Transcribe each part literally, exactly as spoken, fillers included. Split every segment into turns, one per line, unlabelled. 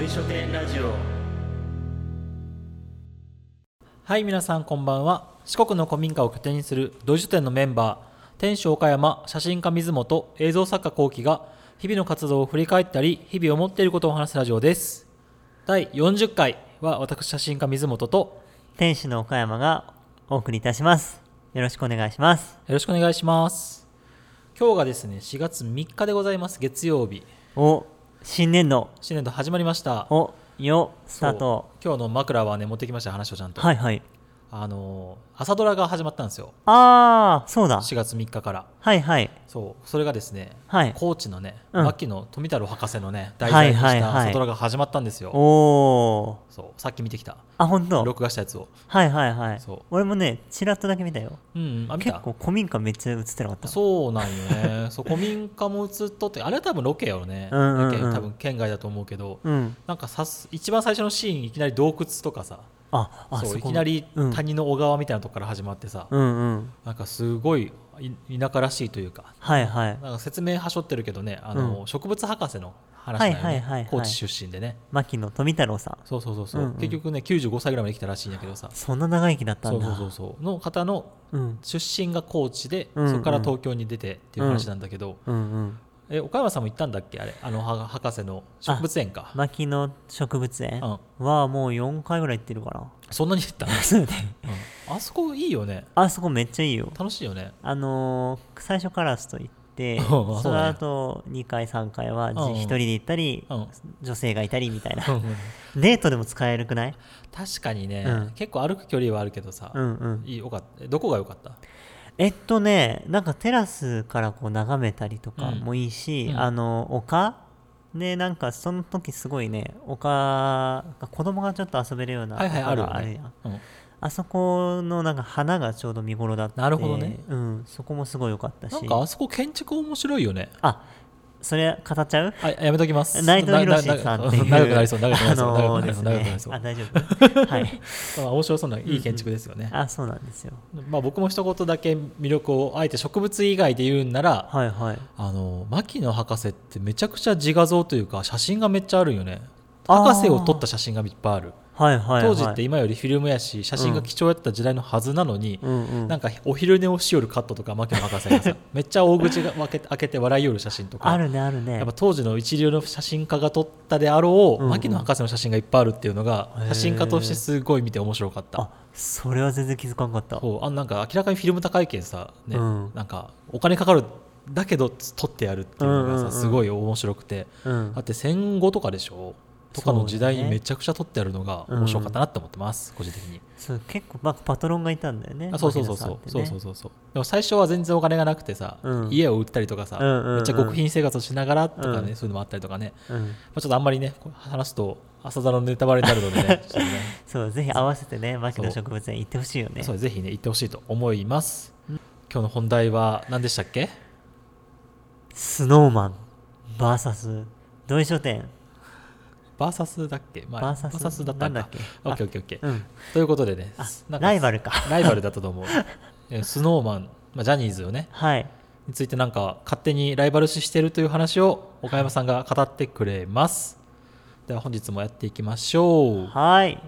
井書店ラジオ。はい、皆さんこんばんは。四国の古民家を拠点にする土井書店のメンバー、店主岡山、写真家水本、映像作家幸喜が日々の活動を振り返ったり、日々思っていることを話すラジオです。だいよんじゅっかいは私写真家水本と
店主の岡山がお送りいたします。よろしくお願いします。
よろしくお願いします。今日がですねしがつみっかでございます。月曜日。
お、新年度
新年度始まりました。
およスタート。
今日の枕はね持ってきました。話をちゃんと、
はいはい。
あの朝ドラが始まったんですよ。
ああ、そうだ。
しがつみっかから。
はいはい。
そうそれがですね、
はい、
高知のね、
うん、
牧野富太郎博士のね題材にした朝ドラが始まったんですよ。
はいはいはい、お
そうさっき見てきた。
あ、本当。
録画したやつを。
はいはいはい。
そう
俺もねちらっとだけ見たよ。
うん、あ見た。
結構古民家めっちゃ映ってなかった。
そうなんよねそう古民家も映っとって、あれは多分ロケやろね。
うんうんうん、
多分県外だと思うけど、
うん、なん
かさす一番最初のシーンいきなり洞窟とかさ、
ああ
そういきなり谷の小川みたいなとこから始まってさ、
うんうん、
なんかすごい田舎らしいというか、
はいはい、
なんか説明はしょってるけどね、あの、うん、植物博士の話だよね、
はいはいはいはい、
高知出身でね、
牧野富太郎さん。
そうそうそうそう、
うんうん、
結局ねきゅうじゅうごさいぐらいまで生きたらしいんだけどさ。
そんな長生きだったんだ。
そうそうそうの方の出身が高知で、うん、そこから東京に出てっていう話なんだけど、
うんうんうん
え岡山さんも行ったんだっけ、あれ、あの博士の植物園か。
牧野植物園はもうよんかいぐらい行ってるかな。
そんなに行ったの
そうね、
うん、あそこいいよね。
あそこめっちゃいいよ。
楽しいよね。
あのー、最初カラスと行ってその後にかいさんかいはひとりで行ったり、うん、女性がいたりみたいなデートでも使えるくない？
確かにね、うん、結構歩く距離はあるけどさ、
うんうん、
いいよかった。どこが良かった？
えっとねなんかテラスからこう眺めたりとかもいいし、うん、あの丘でなんかその時すごいね丘子供がちょっと遊べるような丘があるやん、はいはいあるねうん、あそこのなんか花がちょうど見頃だって。
なるほどね、
うん、そこもすごい良かったし、
なんかあそこ建築面白いよね。
あ、それ語っちゃう？
あ、やめときます。
内藤博さんっていう
長くなりそう長くなりそう長くなりそう長く
なりそう。あ、大丈夫はい
まあ面白そうないい建築ですよね、うん
うん、あ、そうなんですよ。
まあ僕も一言だけ魅力をあえて植物以外で言うんなら、
はいはい、
あの牧野博士ってめちゃくちゃ自画像というか写真がめっちゃあるよね。博士を撮った写真がいっぱいある。
はいはいはい、
当時って今よりフィルムやし写真が貴重やった時代のはずなのに、
うんうん、
なんかお昼寝をしよるカットとか牧野博士がさめっちゃ大口が開け開けて笑いよる写真とか
あるねあるね。
やっぱ当時の一流の写真家が撮ったであろう、うんうん、牧野博士の写真がいっぱいあるっていうのが写真家としてすごい見て面白かった。
あ、それは全然気づかなかった。
そうあなんか明らかにフィルム高いけんさ、ね
うん、
なんかお金かかるだけど撮ってやるっていうのがさ、うんうんうん、すごい面白くて、うん、だって戦後とかでしょとかの時代にめちゃくちゃ撮ってあるのが面白かったなって思ってます、うん、個人的に。
そう結構、まあ、パトロンがいたんだよね。
あそうそうそうそう、ね、そうそうそうそう。でも最初は全然お金がなくてさ、うん、家を売ったりとかさ、うんうんうん、めっちゃ極貧生活をしながらとかね、うん、そういうのもあったりとかね、うんまあ、ちょっとあんまりね話すと朝ドラのネタバレになるので ね, ちょっとね
そうぜひ合わせてね牧野植物園行ってほしいよね。
そうぜひね行ってほしいと思います、うん、今日の本題は何でしたっけ？
スノーマン ブイエス 土井書店
バーサスだっけ、まあ、
バーサス、
バーサスだったんだ
っけ。
オッケーオッケーオッケー、うん、ということでね
なんかライバルか
ライバルだったと思うスノーマン、まあ、ジャニーズよね、
はい、
についてなんか勝手にライバル視してるという話を岡山さんが語ってくれます。では本日もやっていきましょう。
はい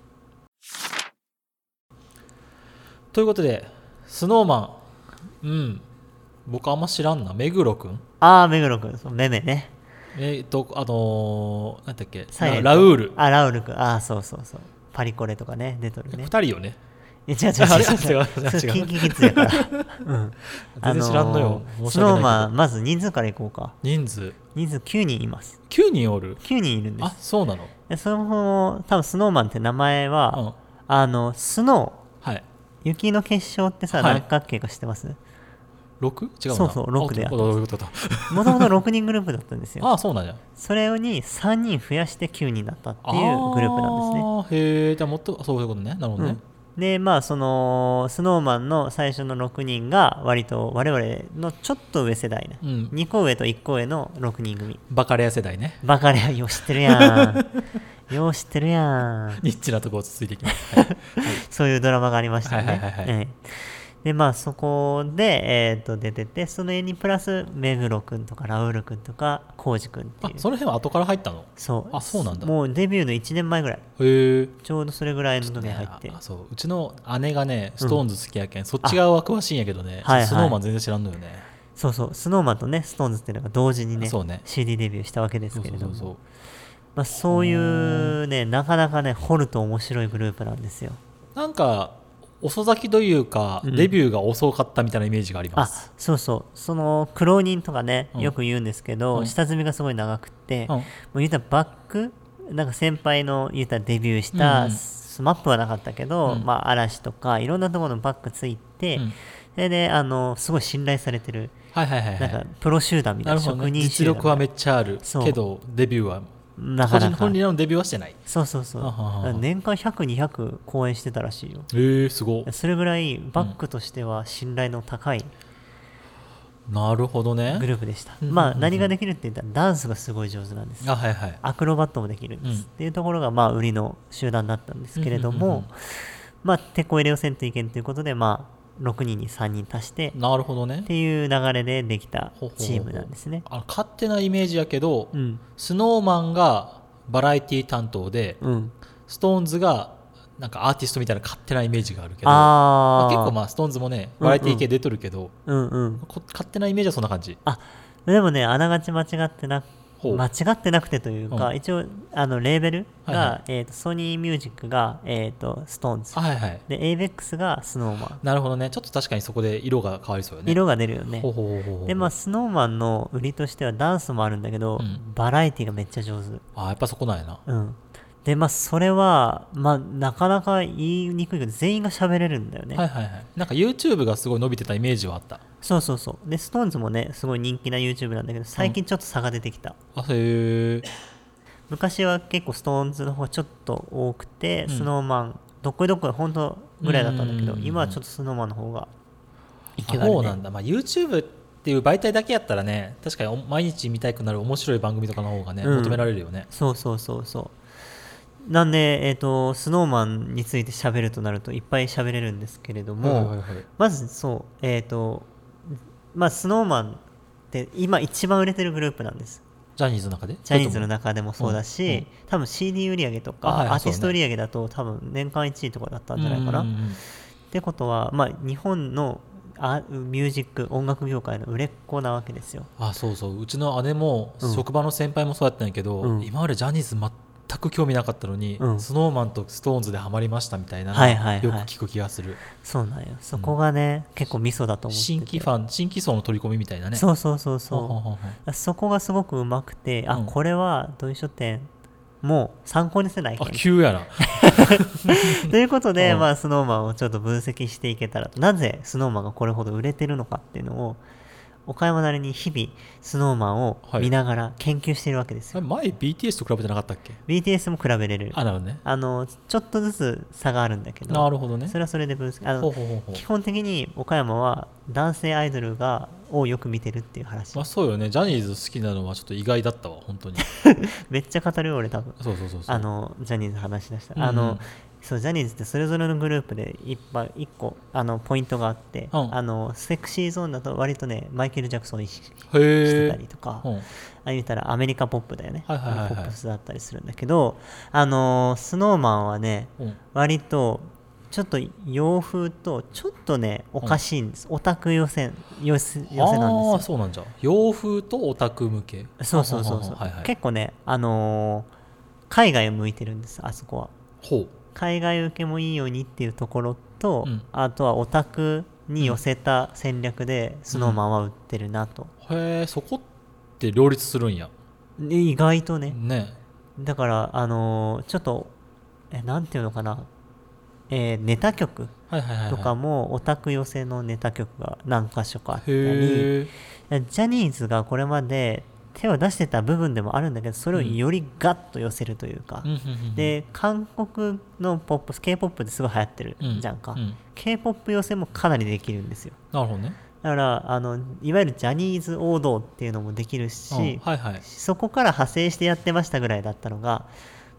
ということでスノーマン、うん僕あんま知らんな。目黒くん。
ああ目黒くん、そうめめね。
えー、っとあのー、なんだっけ
ラ,
ラウール。
あラウールくん、ああそうそうそうパリコレとかね出とるね。
ふたりよね。
え違う違う違う違う違うキンキキッズやから、うん、
全然知らんのよ、
あのー、スノーマンまず人数からいこうか。
人数
人数きゅうにんいます。
きゅうにんおる。
きゅうにんいるんです。
あそうなの。
でその多分スノーマンって名前は、うん、あのスノー、はい、雪の結晶ってさ、はい、何角形か知ってます？
ろく？違うな。
そうそうろくでやった
も
ともとろくにんグループだったんですよ。
ああそうなんや。
それにさんにん増やしてきゅうにんだったっていうグループなんですね。
あへえ、じゃあもっとそういうことね。なるほどね、
うん、でまあそのスノーマンの最初のろくにんが割と我々のちょっと上世代ね、うん、にこ上といっこ上のろくにん組。
バカレア世代ね。
バカレアよう知ってるやんよう知ってるやん。
ニッチなところをつついていきます、はいはい、
そういうドラマがありましたね、
はいはいはいはい、
でまあそこで、えー、と出てて、その絵にプラス目黒くんとかラウールくんとかコウジくんっていう。
あ、その辺は後から入ったの？
そう
あ、そうなんだ。
もうデビューのいちねんまえぐらい、
へえ。
ちょうどそれぐらいの時に入って、
ね、そううちの姉がね
うん
ストーンズ好きやけん、そっち側は詳しいんやけどね、
はいはい
スノーマン全然知らんのよね。
そうそう、スノーマンとねストーンズっていうのが同時にね
そうね
シーディー デビューしたわけですけれども、
そうそうそう
まあ、そういうねなかなかね掘ると面白いグループなんですよ。
なんか遅咲きというか、うん、デビューが遅かったみたいなイメージがあります。
あ、そうそう、その苦労人とかね、
うん、
よく言うんですけど、うん、下積みがすごい長くって、うん、もう言うたらバックなんか先輩の言うたらデビューしたスマップはなかったけど、うん、まあ、嵐とかいろんなところのバックついて、うん、それであのすごい信頼されてる、
はいはいはいはい、
なんかプロ集団みたいな、職人集団、
実力はめっちゃあるけどデビューは
なかなか
本人のデビューはしてない。
そうそうそう、ははは年間ひゃく、にひゃく公演してたらしいよ。
えー、すごい。
それぐらいバックとしては信頼の高い、
うん、なるほどね、
グループでした。まあ何ができるって言ったらダンスがすごい上手なんです。
あ、はいはい、
アクロバットもできるんです、うん、っていうところがまあ売りの集団だったんですけれども、うんうんうんうん、まあテコ入れをせんといけんということで、まあろくにんにさんにん足して、
なるほどね
っていう流れでできたチームなんですね。
ほほほほ、あ、勝手なイメージやけど、うん、スノーマンがバラエティ担当で、うん、ストーンズがなんかアーティストみたいな勝手なイメージがあるけど、あ、まあ、結構まあストーンズもねバラエティ系出とるけど、うんうん、勝手なイメージはそんな感じ。
あ、でもねあながち間違ってな間違ってなくてというか、うん、一応あのレーベルが、はいはい、えー、とソニーミュージックが、えー、とストーンズ、
はいはい、
で エイベックス がスノーマン。
なるほどね、ちょっと確かにそこで色が変わりそうよね。
色が出るよね。
ほうほうほうほう。
でまあスノーマンの売りとしてはダンスもあるんだけど、うん、バラエティがめっちゃ上手。
あ、やっぱそこなんやな。
うん。でまあそれはまあなかなか言いにくいけど全員が喋れるんだよね。
はいはいはい。なんか YouTube がすごい伸びてたイメージはあった。
そうそうそう。でストーンズもねすごい人気な YouTube なんだけど、最近ちょっと差が出てきた。
うん、あ、へえ。
昔は結構ストーンズの方がちょっと多くて、うん、スノーマンどこいどこい本当ぐらいだったんだけど、今はちょっとスノーマンの方が勢いがあるね。
そうなんだ。まあ YouTube っていう媒体だけやったらね、確かに毎日見たくなる面白い番組とかの方がね、うん、求められるよね。
そうそうそうそう。なんで、えーと、スノーマンについて喋るとなるといっぱい喋れるんですけれども、はいはいはい、まずそう、えーとまあ、スノーマンって今一番売れてるグループなんです。
ジャニーズの中で
ジャニーズの中でもそうだし、うんうん、多分 シーディー 売り上げとか、はいはい、アーティスト売り上げだと、ね、多分年間いちいとかだったんじゃないかな。うんうんうん、ってことは、まあ、日本のあミュージック音楽業界の売れっ子なわけですよ。
あ、そうそう、うちの姉も、うん、職場の先輩もそうやったんやけど、うん、今までジャニーズ全く興味なかったのに、うん、スノーマンとストーンズでハマりましたみたいなのをよく聞く気がする。
そうなんよ。そこがね、うん、結構ミソだと思ってて、
新規ファン新規層の取り込みみたいなね。
そうそうそうそう。ほほほほそこがすごくうまくて、あ、うん、これは土井書店もう参考にせないけん。
あ、急やな。
ということで、うん、まあスノーマンをちょっと分析していけたらと、なぜスノーマンがこれほど売れてるのかっていうのを岡山なりに日々スノーマンを見ながら研究しているわけですよ。
はい、前 ビーティーエス と比べてなかったっけ？
ビーティーエス も比べれる。
あ、なるほどね。
あのちょっとずつ差があるんだけど、
なるほどね。
それはそれで分析。あのほうほうほうほう、基本的に岡山は男性アイドルがをよく見てるっていう話。
まあそうよね。ジャニーズ好きなのはちょっと意外だったわ、本当に。
めっちゃ語るよ俺多分。
そうそうそうそう。
あのジャニーズ話し出したら、うんうん、あのそうジャニーズってそれぞれのグループでいっぱいいっこあのポイントがあって、うん、あのセクシーゾーンだと割とねマイケル・ジャクソンを意識してたりとか、うん、ああ言ったらアメリカポップだよね、はいはいはいはい、ポップスだったりするんだけど、あのスノーマンはね、うん、割とちょっと洋風とちょっとねおかしいんです、うん、オタク寄せ寄せ寄せなんですよ。
あ、そうなんじゃ。洋風とオタク向け。
そうそうそうそう、はいはい、結構ね、あのー、海外を向いてるんです、あそこは。
ほう。
海外受けもいいようにっていうところと、うん、あとはオタクに寄せた戦略でスノーマンは売ってるなと、
うん、へえ、そこって両立するんや。
意外とね。
ね、
だからあのー、ちょっとえなんていうのかな、えー、ネタ曲とかもオタク寄せのネタ曲が何か所かあったり、ジャニーズがこれまで手を出してた部分でもあるんだけど、それをよりガッと寄せるというか、うん、で韓国のポップス K-ポップ ってすごい流行ってるじゃんか、うんうん、K-ポップ 寄せもかなりできるんですよ。
なるほどね。
だからあのいわゆるジャニーズ王道っていうのもできるし、
うん、はいはい、
そこから派生してやってましたぐらいだったのが、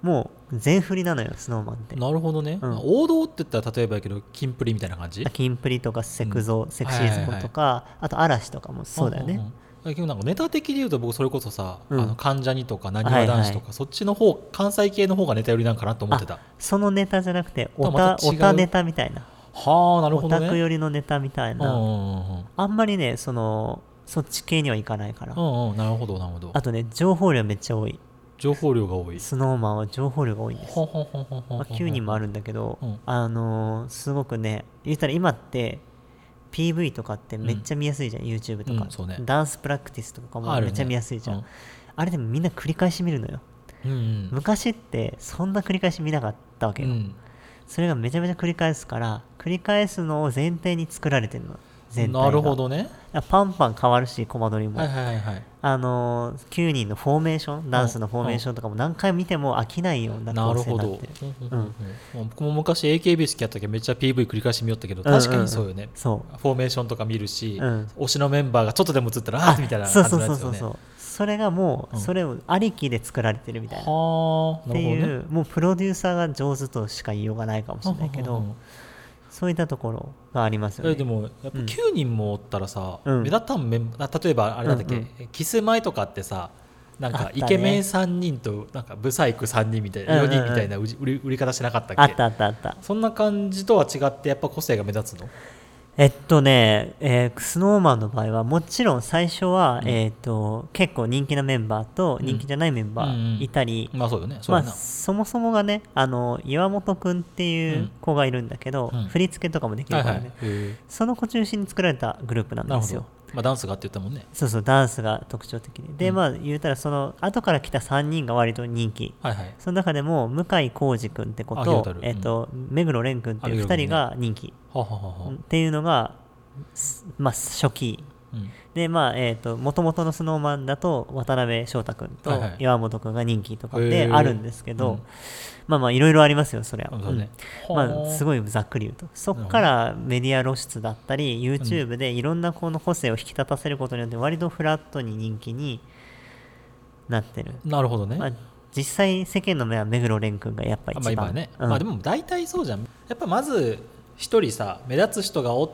もう全振りなのよスノーマンって。
なるほどね、
うん、
王道って言ったら例えばやけどキンプリみたいな感じ。
キンプリとかセクゾ、うん、セクシーズコとか、はいはいはい、あと嵐とかもそうだよね。
結局なんかネタ的で言うと僕それこそさ、うん、あの関ジャニとかなにわ男子とか、はいはい、そっちの方関西系の方がネタ寄りなんかなと思ってた。
そのネタじゃなくてオタ、オタネタみたいな。
はあ、なるほどね。
オタク寄りのネタみたいな、うんうんうん、あんまりねそのそっち系にはいかないから、
うんうん、なるほどなるほど。
あとね情報量めっちゃ多い。
情報量が多い。
スノーマンは情報量が多いんです。まあ、きゅうにんもあるんだけど、うん、あのー、すごくね言ったら今って ピーブイ とかってめっちゃ見やすいじゃん、うん、YouTube とか、うんね、ダンスプラクティスとかもめっちゃ見やすいじゃん あ,、ねうん、あれでもみんな繰り返し見るのよ、うんうん、昔ってそんな繰り返し見なかったわけよ、うん、それがめちゃめちゃ繰り返すから繰り返すのを前提に作られてるの全体が。
なるほどね。
パンパン変わるしコマ撮りも、
はいはいはい、
あのー、きゅうにんのフォーメーションダンスのフォーメーションとかも何回見ても飽きないような構成になってる。
うんうんうん、僕も昔 エーケービー 好きやった時めっちゃ ピーブイ 繰り返し見よったけど確かにそうよね、うんうん、そうフォーメーションとか見るし、うん、推しのメンバーがちょっとでも映ったらあーみたいな感じのやつよね。そうそうそうそう、それがもう、うん、それをありきで作られてるみたいな、はっていう、ね、もうプロデューサーが上手としか言いようがないかもしれないけど、ははははそういったところがありますよね。 でもやっぱきゅうにんもおったらさ、うん、目立たんメンバー例えばあれなんだっけ、うんうん、キスマイとかってさなんかイケメンさんにんとなんかブサイクさんにんみたいなよにんみたいな売り、売り方しなかったっけ。
あったあったあった。
そんな感じとは違ってやっぱ個性が目立つの。
えっとね、えー、スノーマンの場合はもちろん最初は、うんえー、と結構人気なメンバーと人気じゃないメンバーいたり、
うんうんうん、まあそうよね、
まあ、そもそもがねあの岩本くんっていう子がいるんだけど、うん、振り付けとかもできるからね、はいはい、その子中心に作られたグループなんですよ。
まあ、ダンスがって言ったもんね。
そうそうダンスが特徴的でで、うん、まあ言うたらその後から来たさんにんが割と人気、はいはい、その中でも向井康二君って子と、うんえー、と目黒蓮君っていうふたりが人気、ね、っていうのがまあ、初期、うん、でまあえーと元々のスノーマンだと渡辺翔太君と岩本君が人気とかってあるんですけど、はいはい、まあまあいろいろありますよそりゃ、ねうんまあ、すごいざっくり言うとそこからメディア露出だったり YouTube でいろんなこの個性を引き立たせることによって割とフラットに人気になってる。
なるほどね、まあ、
実際世間の目は目黒蓮君がやっぱ一番、まあ今ね
うんまあ、でも大体そうじゃん。やっぱまず一人さ目立つ人がおって、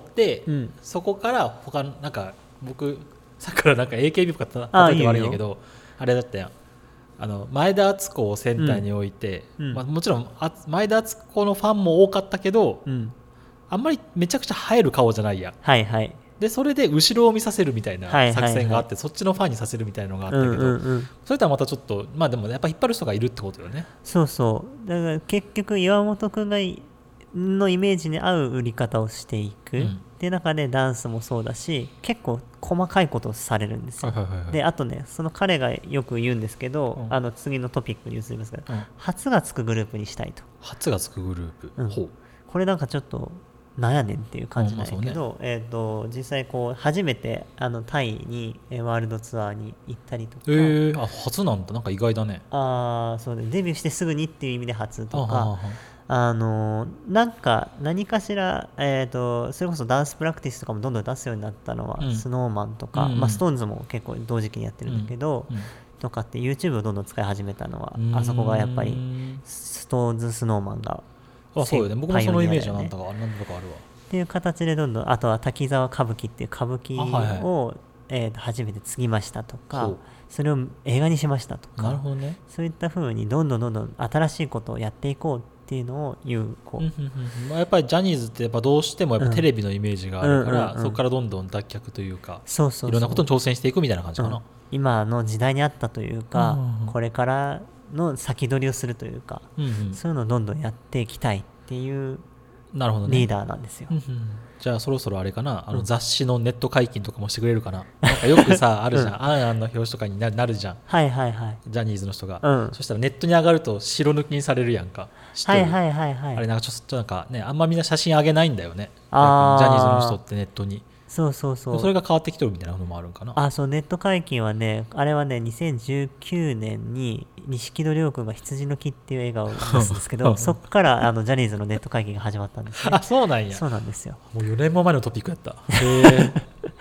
うん、そこから他のなんか僕さっきからなんか エーケービー とか例えて悪いんやけど あ, あれだったやんあの前田敦子をセンターに置いて、うんまあ、もちろんあ前田敦子のファンも多かったけど、うん、あんまりめちゃくちゃ映える顔じゃないやん、はいはい、でそれで後ろを見させるみたいな作戦があって、はいはいはい、そっちのファンにさせるみたいなのがあったけど、うんうんうん、それとはまたちょっとまあでもやっぱ引っ張る人がいるってことよね。
そうそうだから結局岩本くんがのイメージに合う売り方をしていく、うん、っていう中でダンスもそうだし結構細かいことをされるんですよ、はいはいはい、であとねその彼がよく言うんですけど、うん、あの次のトピックに移りますが、うん、初がつくグループにしたいと。
初がつくグループ、うん、ほう
これなんかちょっとなんやねんっていう感じなんやけど、うんねえー、と実際こう初めてあのタイにワールドツアーに行ったりとか、
えー、あ初なんだなんか意外だね。
あそうでデビューしてすぐにっていう意味で初とかあのなんか何かしら、えー、とそれこそダンスプラクティスとかもどんどん出すようになったのは、うん、スノーマンとか、うんまあ、ストーンズも結構同時期にやってるんだけど、うんうん、とかって YouTube をどんどん使い始めたのはあそこがやっぱりストーンズスノーマンが
あそうよね僕もそのイメージはなんだかあるわ
っていう形でどんどんあとは滝沢歌舞伎っていう歌舞伎を、はいはいえー、と初めて継ぎましたとか そ, それを映画にしましたとか
なるほど、ね、
そういった風にどんどんどんどん新しいことをやっていこうっていうのを言うこう、うんうん
うんまあ、やっぱりジャニーズってやっぱどうしてもやっぱテレビのイメージがあるから、うんうんうんうん、そこからどんどん脱却というかそうそうそういろんなことに挑戦していくみたいな感じかな、うん、
今の時代にあったというか、うんうんうん、これからの先取りをするというか、うんうん、そういうのをどんどんやっていきたいっていうリーダーなんですよ、
うんうん、じゃあそろそろあれかなあの雑誌のネット解禁とかもしてくれるかな、うん、なんかよくさあるじゃん、うん、あんあんの表紙とかになるじゃん、はいはいはい、ジャニーズの人が、うん、そしたらネットに上がると白抜きにされるやんか。はいはいはいはい、あれなんかちょっとなんかねあんまみんな写真上げないんだよねあジャニーズの人ってネットに。
そうそうそう
それが変わってきてるみたいなのもあるんかな。
あそうネット解禁はねあれはねにせんじゅうきゅうねんに錦戸亮君が羊の木っていう映画を出すんですけどそこからあのジャニーズのネット解禁が始まったんですね。
あそうなんや。
そうなんですよ。
もうよねんも前のトピックやった。へ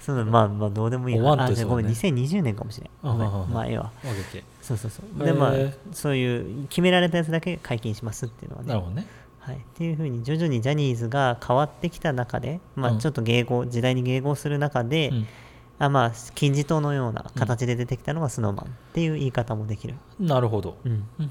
そのまあまあどうでもいい
おワン
あ
とそうね
ごめんにせんにじゅうねんかもしれんごめん
ああ
まあええわ
オッケーオッケー
そうそうそうでまあ
へー
そういう決められたやつだけ解禁しますっていうのはね
なるほどね
はい、っていうふうに徐々にジャニーズが変わってきた中で、まあ、
うん
ちょっと迎合、時代に迎合する中で、
うん
あまあ、金字塔のような形で出てきたのがスノーマンっていう言い方もできる。
なるほど
うん
うんうんうん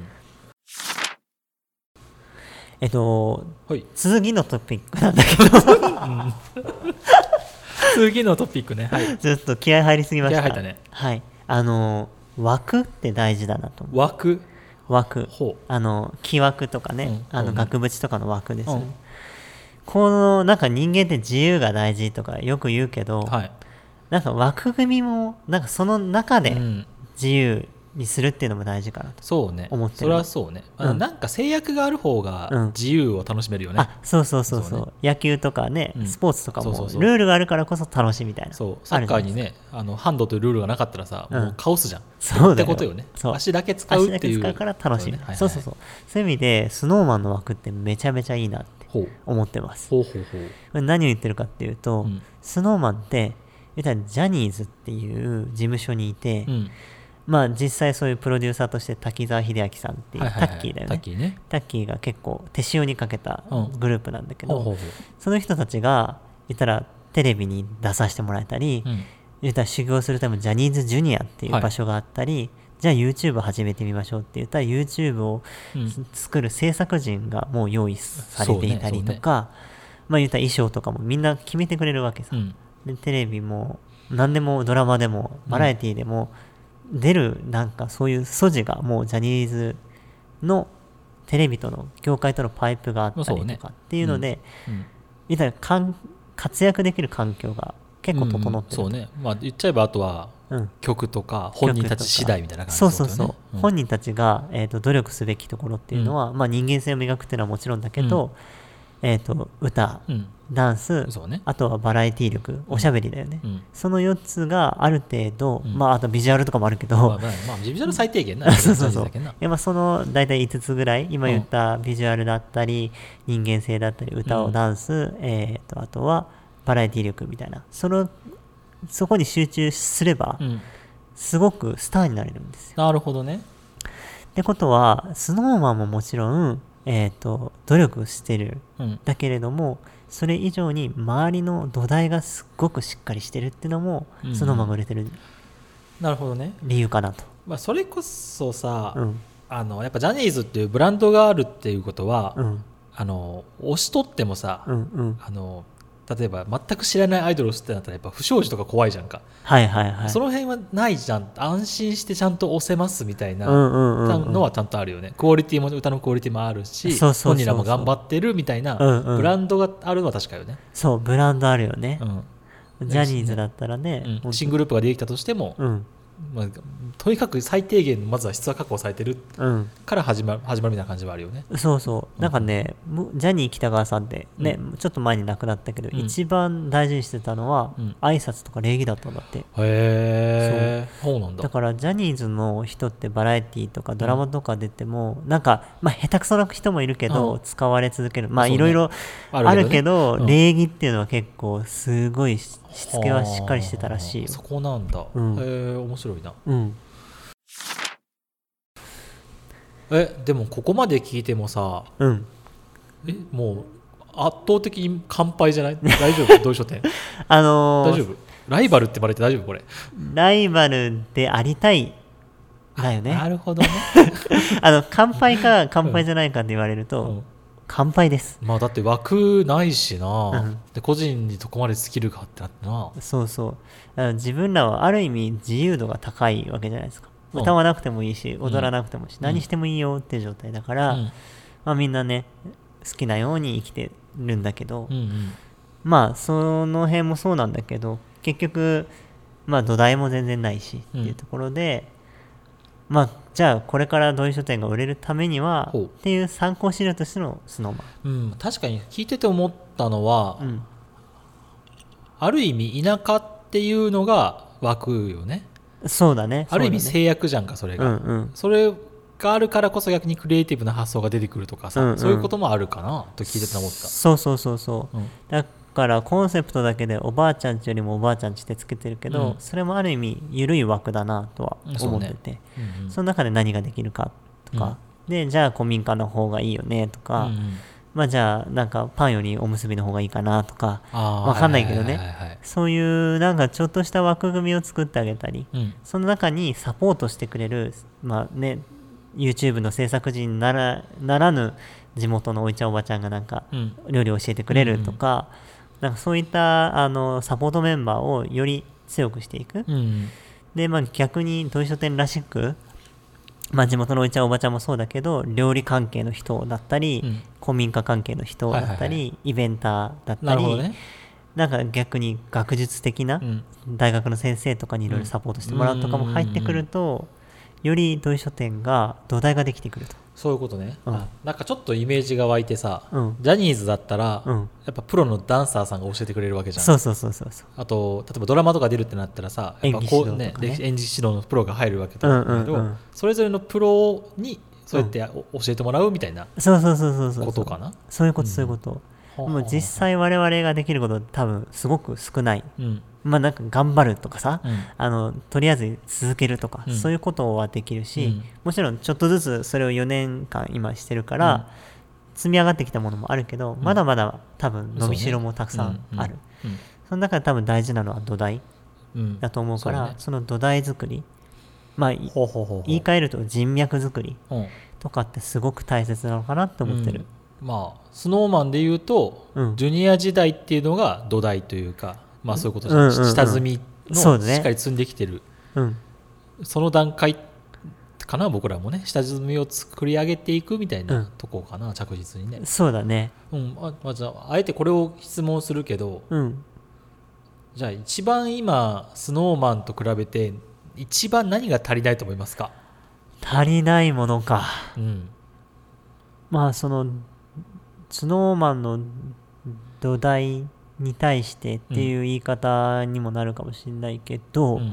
えっと、
うんはい
次のトピックなんだけど
次のトピックねはい
ちょっと気合入りすぎました。
気合入ったね
はい。あの、枠って大事だなと思う。
枠
枠。
ほ
あの、木枠とかね、あの
うんうん
額縁とかの枠ですよね。
うん
この、なんか人間って自由が大事とかよく言うけど、
うはい
なんか枠組みもなんかその中で
うん
自由にするっていうのも大事かなと、
そうね
思ってる
それはそうね、あの
うん
なんか制約がある方が
うん
自由を楽しめるよね、
あそうそうそうそう
そうね
野球とかね、
うん
スポーツとかも
そうそうそう
ルールがあるからこそ楽しいみたいな
そうサッカーにねあのハンドというルールがなかったらさ、
うん
もうカオスじゃん
そうだよ
ってことよね
そう
足だけ使う
足だ
っていう
け使うから楽しい、
ねはいはい
そうそうそうそういう意味でスノーマンの枠ってめちゃめちゃいいなって
ほう
思ってます。
ほうほうほう
これ何を言ってるかっていうと、
うん
スノーマンって言ったらジャニーズっていう事務所にいて、
うん
まあ実際そういうプロデューサーとして滝沢秀明さんっていう、
はいはいはい
タッキーだよね
タッキーね
タッキーが結構手塩にかけた
うん
グループなんだけど、
ほうほうほ
その人たちが言ったらテレビに出させてもらえたり、
ううん
言ったら修行するためのジャニーズジュニアっていう場所があったり、じゃあ YouTube 始めてみましょうって言ったら YouTube を
うん
作る制作人がもう用意されていたりとか、まあ言ったら衣装とかもみんな決めてくれるわけさ、
うん
でテレビも何でもドラマでもバラエティでも出るなんかそういう素地がもうジャニーズのテレビとの業界とのパイプがあったりとかっていうので、
うん
言ったらかん活躍できる環境が結構整ってる、
うんそうねまあ言っちゃえばあとは
うん
曲とか本人たち次第みたいな感じ
そうそうそう、
ってことねん
本人たちが、えー、と努力すべきところっていうのは、まあ、人間性を磨くっていうのはもちろんだけど、えー、と歌
うん
ダンス
そうね
あとはバラエティ力おしゃべりだよね、
うん
そのよっつがある程度、
うん
まああとビジュアルとかもあるけど、
まあまあまあビジュアル最低限な
そうそうそう
大事だけどない
やまあその大体いつつぐらい今言ったビジュアルだったり、人間性だったり歌をダンス、えー、とあとはバラエティ力みたいなそのそこに集中すれば、
うん
すごくスターになれるんですよ。
なるほどね
ってことはスノーマンももちろん、えー、と努力してる
うん
だけれどもそれ以上に周りの土台がすっごくしっかりしてるっていうのも、
うん
スノーマンが売れてる
なるほどね
理由かなと。
まあそれこそさ
うん
あのやっぱジャニーズっていうブランドがあるっていうことは
うん
あの押し取ってもさ
うんうん
あの例えば全く知らないアイドルを知ってなったらやっぱ不祥事とか怖いじゃんか、
はいはいはい。
その辺はないじゃん安心してちゃんと押せますみたいな
うんうんうんうん
のはちゃんとあるよねクオリティも歌のクオリティもあるし
そうそうそうそう
本人らも頑張ってるみたいな
うんうん
ブランドがあるのは確かよね、
そうブランドあるよね
う、ん
ジャニーズだったらね、
うん
ほんと
新グループができたとしても、
うん
まあ、とにかく最低限まずは質は確保されてる
うん
から始まる始まるみたいな感じはあるよね
そうそうなんかね、むジャニー喜多川さんってね、ちょっと前に亡くなったけど、
うん
一番大事にしてたのは、
うん
挨拶とか礼儀だったんだって。
へえそうなんだ
だからジャニーズの人ってバラエティとかドラマとか出ても、なんか、まあ、下手くそな人もいるけど、
うん
使われ続けるまあ
そうね
いろいろあるけど、
うん
礼儀っていうのは結構すごいししつけはしっかりしてたらしいよ。
そこなんだ、
うん
へえ面白いな
うん
えでもここまで聞いてもさ
うん
えもう圧倒的に乾杯じゃない大丈夫同書店
あのー
大丈夫ライバルって言われて大丈夫これ
ライバルでありたいだよね。
なるほどね、
あの乾杯か乾杯じゃないかって言われると、
うん
乾杯です。
まあだって枠ないしな、
うん
で個人にどこまでスキルがあってなってな
そうそうあの自分らはある意味自由度が高いわけじゃないですか。
うん
歌わなくてもいいし踊らなくてもいいし、
うん
何してもいいよっていう状態だから、
うん
まあ、みんなね好きなように生きてるんだけど、
うんうん
まあその辺もそうなんだけど結局まあ土台も全然ないしっていうところで、まあじゃあこれから同意書店が売れるためには
ほう
っていう参考資料としてのスノーマ
うん、確かに聞いてて思ったのは、
ン、うん、
ある意味田舎っていうのが枠よね
そうだね
ある意味
そう
制約じゃんかそれが、
だねうんうん
それがあるからこそ逆にクリエイティブな発想が出てくるとかさ、
うんうん
そういうこともあるかなと聞いてて思った
そうそうそうそう、
うん
だからからコンセプトだけでおばあちゃんちよりもおばあちゃんちってつけてるけど、うん、それもある意味緩い枠だなとは思ってて、 そ,、ねうんうん、その中で何ができるかとか、うん、でじゃあ古民家の方がいいよねとか、うんうん、まあじゃあなんかパンよりおむすびの方がいいかなとかわかんないけどね、はいはいはいはい、そういうなんかちょっとした枠組みを作ってあげたり、うん、その中にサポートしてくれるまあね YouTube の制作陣ならならぬ地元のおいちゃんおばちゃんがなんか料理を教えてくれるとか、うんうん、なんかそういったあのサポートメンバーをより強くしていく、うんうん、で、まあ、逆に土井書店らしく、まあ、地元のおいちゃんおばちゃんもそうだけど料理関係の人だったり、うん、古民家関係の人だったり、はいはいはい、イベンターだったり、ね、なんか逆に学術的な大学の先生とかにいろいろサポートしてもらうとかも入ってくると、より土井書店が土台ができてくると。
そういうことね、うん、なんかちょっとイメージが湧いてさ、うん、ジャニーズだったら、うん、やっぱプロのダンサーさんが教えてくれるわけじゃん。
そうそうそうそう。
あと例えばドラマとか出るってなったらさ、やっぱこう、ね、演技指導、ね、演技指導のプロが入るわけだけど、うんうんうん、それぞれのプロにそうやって、うん、教えてもらうみたいなことかな。
そうそうそうそうそう。そういうことそういうこと、うん、もう実際我々ができること多分すごく少ない、うん、まあなんか頑張るとかさ、うん、あのとりあえず続けるとか、うん、そういうことはできるし、うん、もちろんちょっとずつそれをよねんかん今してるから、うん、積み上がってきたものもあるけど、うん、まだまだ多分伸びしろもたくさんある、そ,、ねうんうん、その中で多分大事なのは土台だと思うから、うん そ, ね、その土台作り、まあほうほうほうほう言い換えると人脈作りとかってすごく大切なのかなって思ってる、
うん、まあスノーマンで言うと、うん、ジュニア時代っていうのが土台というか、まあそういうことじゃない、うんうんうん、下積みのしっかり積んできてる そ,、ねうん、その段階かな。僕らもね下積みを作り上げていくみたいなとこかな、うん、着実にね。
そうだね、
うんあまあ、じゃああえてこれを質問するけど、うん、じゃあ一番今スノーマンと比べて一番何が足りないと思いますか？
足りないものか、うん、まあそのスノーマンの土台に対してっていう言い方にもなるかもしれないけど、うん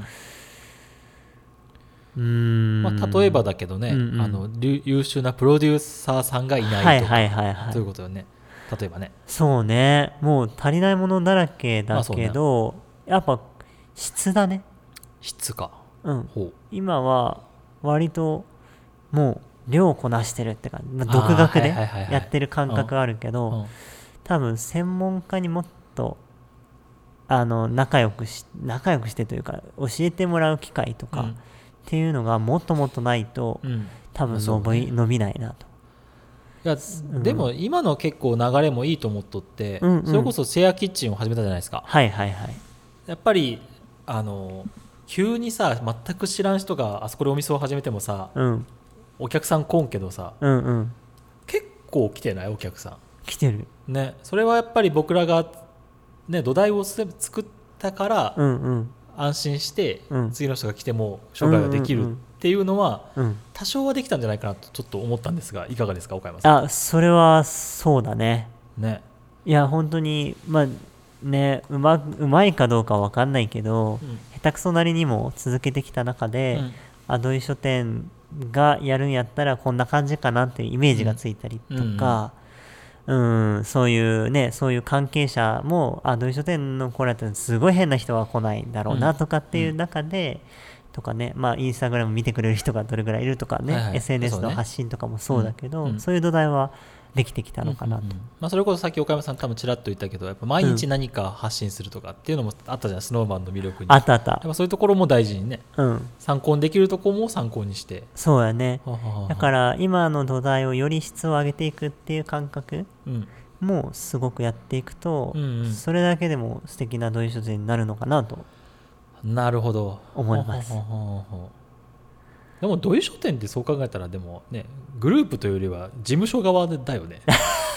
うーん
まあ、例えばだけどね、うんうん、あの優秀なプロデューサーさんがいないとか、はいはいはいはい、そういうことよね。例えばね
そうね、もう足りないものだらけだけど、まあ、やっぱ質だね。
質か、
うん、ほう今は割ともう量をこなしてるって感じ、まあ、独学でやってる感覚あるけど、多分専門家にもっとあの仲良くし仲良くしてというか教えてもらう機会とか、うん、っていうのがもっともっとないと、うん、多分伸び、ね、伸びないなと。
いや、うん、でも今の結構流れもいいと思っとって、うんうん、それこそシェアキッチンを始めたじゃないですか。
はいはいはい。
やっぱりあの急にさ全く知らん人があそこでお店を始めてもさ、うん、お客さん来んけどさ、うんうん、結構来てないお客さん
来てる
ね。それはやっぱり僕らが、ね、土台を作ったから、うんうん、安心して、うん、次の人が来ても商売ができるっていうのは、うんうんうん、多少はできたんじゃないかなとちょっと思ったんですが、いかがですか岡山さん。
あ、それはそうだね。
ね、
いや本当にまあね、うま、うまいかどうかは分かんないけど、うん、下手くそなりにも続けてきた中で、うん、あ土井書店がやるんやったらこんな感じかなっていうイメージがついたりとか、うんうんうん、そういうねそういう関係者もあ土井書店の子らってすごい変な人は来ないんだろうなとかっていう中で、うん、とかね、まあインスタグラム見てくれる人がどれぐらいいるとかね、はいはい、エスエヌエス の発信とかもそうだけど、そうね、うん、そういう土台はできてきたのかなと、うんうんうん、
まあ、それこそさっき岡山さん多分ちらっと言ったけどやっぱ毎日何か発信するとかっていうのもあったじゃん、うん、スノーマンの魅力に
あったあった。や
っぱそういうところも大事にね、うん、参考にできるところも参考にして。
そうやね。ははははだから今の土台をより質を上げていくっていう感覚もすごくやっていくと、うんうん、それだけでも素敵な土井書店になるのかなと
なるほど
思います。はははは
でも土井書店ってそう考えたらでもねグループというよりは事務所側だよね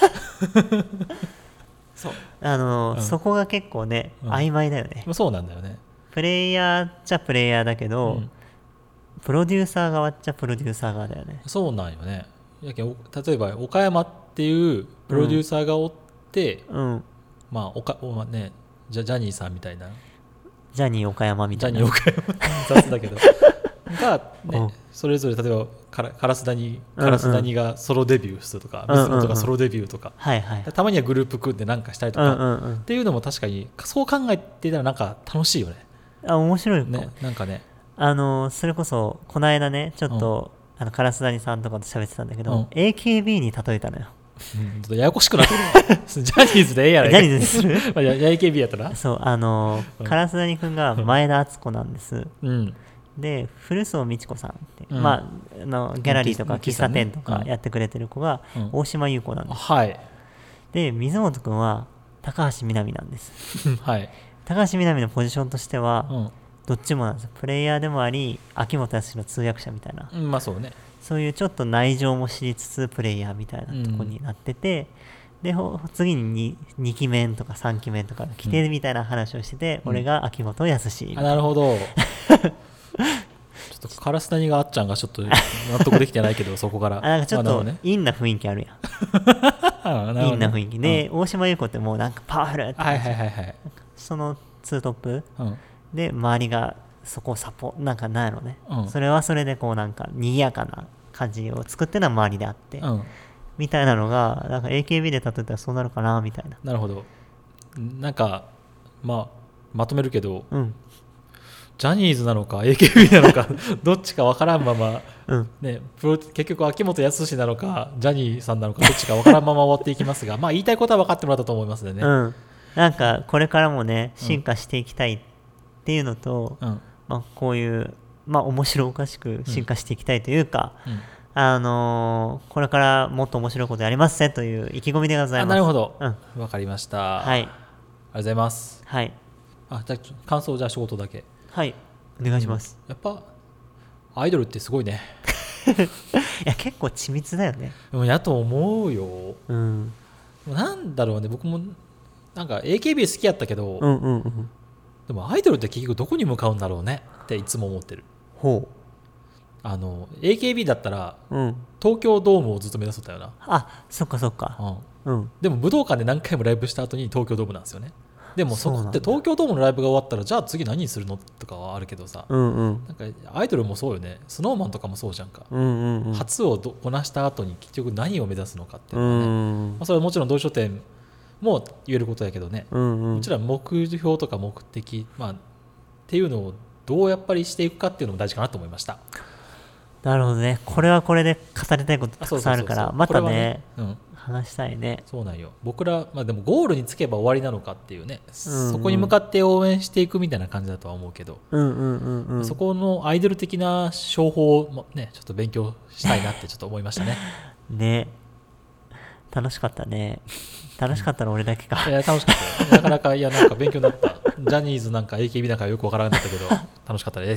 そうあの、うん、そこが結構ね、うん、曖昧だよね。
そうなんだよね。
プレイヤーっちゃプレイヤーだけど、うん、プロデューサー側っちゃプロデューサー側だよね。
そうなんよね。やけ例えば岡山っていうプロデューサーがおって、うん、まあおかお、ね、ジャ、ジャニーさんみたいな
ジャニー岡山みたいな
ジャニー岡山雑だけどが、ね、それぞれ例えばカラカラスダニカラスダニがソロデビューするとか、水野とかソロデビューとか、はいはい、たまにはグループ組んで何かしたりとか、うんうんうん、っていうのも確かにそう考えてたらなんか楽しいよね。
あ、面白い
ね、なんかね、
あのそれこそこの間ねちょっと、うん、あのカラスダニさんとかと喋ってたんだけど、うん、エーケービー に例えたのよ。
うん、ちょっとややこしくなってるジャニーズでええやないか。
ジャニーズでする
エーケービー やったら
そう、あのー、カラスダニ君が前田敦子なんです、うん、で古荘美智子さんって、うん、まあ、あのギャラリーとか喫茶店とかやってくれてる子が大島優子なんです、うん、はい、で水本君は高橋みなみなんです、はい、高橋みなみのポジションとしては、うん、どっちもなんですよ。プレイヤーでもあり秋元康の通訳者みたいな、
うん、まあそうね、
そういうちょっと内情も知りつつプレイヤーみたいなとこになってて、うん、で次に 2, 2期目とかさんきめとか来てみたいな話をしてて、うん、俺が秋元康みたいな、
あ、なるほどちょっとカラスダニがあっちゃんがちょっと納得できてないけどそこからあ、
なんかちょっと陰な雰囲気あるやん陰な雰囲気で、うん、大島優子ってもうなんかパワフルって、はいはいはいはい、そのツートップ、うん、で周りがそこをサポなんかなんやろね、うん、それはそれでこうなんか賑やかな感じを作ってるのは周りであって、うん、みたいなのがなんか エーケービー で例えたらそうなるかなみたいな。
なるほど。なんかまあまとめるけど、うん、ジャニーズなのか エーケービー なのかどっちか分からんまま、うんね、プロ結局秋元康なのかジャニーさんなのかどっちか分からんまま終わっていきますがまあ言いたいことは分かってもらったと思いますのでね、うん、
なんかこれからもね進化していきたいっていうのと、うんまあ、こういう、まあ、面白おかしく進化していきたいというか、うんうん、あのー、これからもっと面白いことやりますねという意気込みでございます。
あ、なるほど、うん、分かりました、はい、ありがとうございます、はい、あ、じゃあ感想じゃあ仕事だけ、
はい、お願いします、
うん、やっぱアイドルってすごいね
いや結構緻密だよね。
やと思うよ、うん、なんだろうね、僕もなんか エーケービー 好きやったけど、うんうんうん、でもアイドルって結局どこに向かうんだろうねっていつも思ってる。ほう、あの エーケービー だったら、うん、東京ドームをずっと目指すんだよな。
あ、そっかそっか、
うんうん、でも武道館で何回もライブした後に東京ドームなんですよね。でもそこって東京ドームのライブが終わったらじゃあ次何にするのとかはあるけどさ、うんうん、なんかアイドルもそうよね。スノーマンとかもそうじゃんか、うんうんうん、初をどこなした後に結局何を目指すのかっていうのはね、うんまあ、それはもちろん同書店も言えることやけどね、うんうん、もちろん目標とか目的、まあ、っていうのをどうやっぱりしていくかっていうのも大事かなと思いました。
なるほどね。これはこれで語りたいことたくさんあるからまた ね, ね、うん、話したいね。
そうなんよ。僕ら、まあ、でもゴールにつけば終わりなのかっていうね、うんうん、そこに向かって応援していくみたいな感じだとは思うけど、うんうんうんうん、そこのアイドル的な商法を、ね、ちょっと勉強したいなってちょっと思いましたね
ね、楽しかったね。楽しかったら俺だけか。
いや楽しかったよ。なかなかいやなんか勉強になった。ジャニーズなんか エーケービー なんかよくわからなかったけど楽しかったです。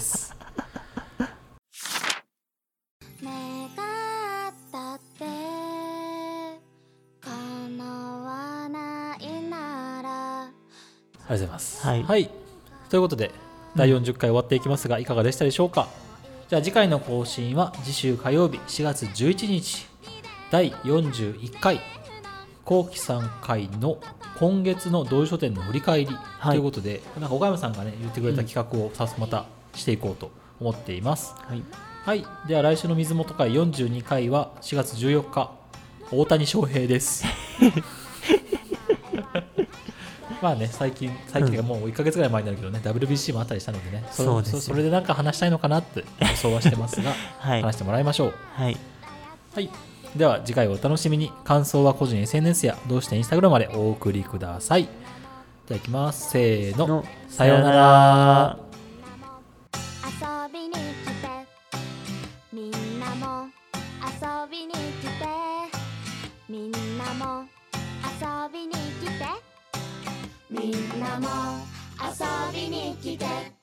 ありがとうございます、はいはい、ということでだいよんじゅっかい終わっていきますが、いかがでしたでしょうか。じゃあ次回の更新は次週火曜日しがつじゅういちにちだいよんじゅういっかい後期さんかいの今月の同意書店の振り返りということで、はい、なんか岡山さんがね言ってくれた企画をさ、うん、またしていこうと思っています、はいはい、では来週の水元会よんじゅうにかいはしがつじゅうよっか大谷翔平ですまあね、最近最近がもういっかげつぐらい前になるけどね、うん、ダブリュービーシー もあったりしたのでね、そ, そうです そ, それでなんか話したいのかなって予想はしてますが、はい、話してもらいましょう。はい、はい、では次回をお楽しみに。感想は個人 エスエヌエス やどうしてインスタグラムまでお送りください。いただきます。せーの、さようなら。遊びに来てみんなも遊びに来てみんなも遊びに来てみんなも遊びに来て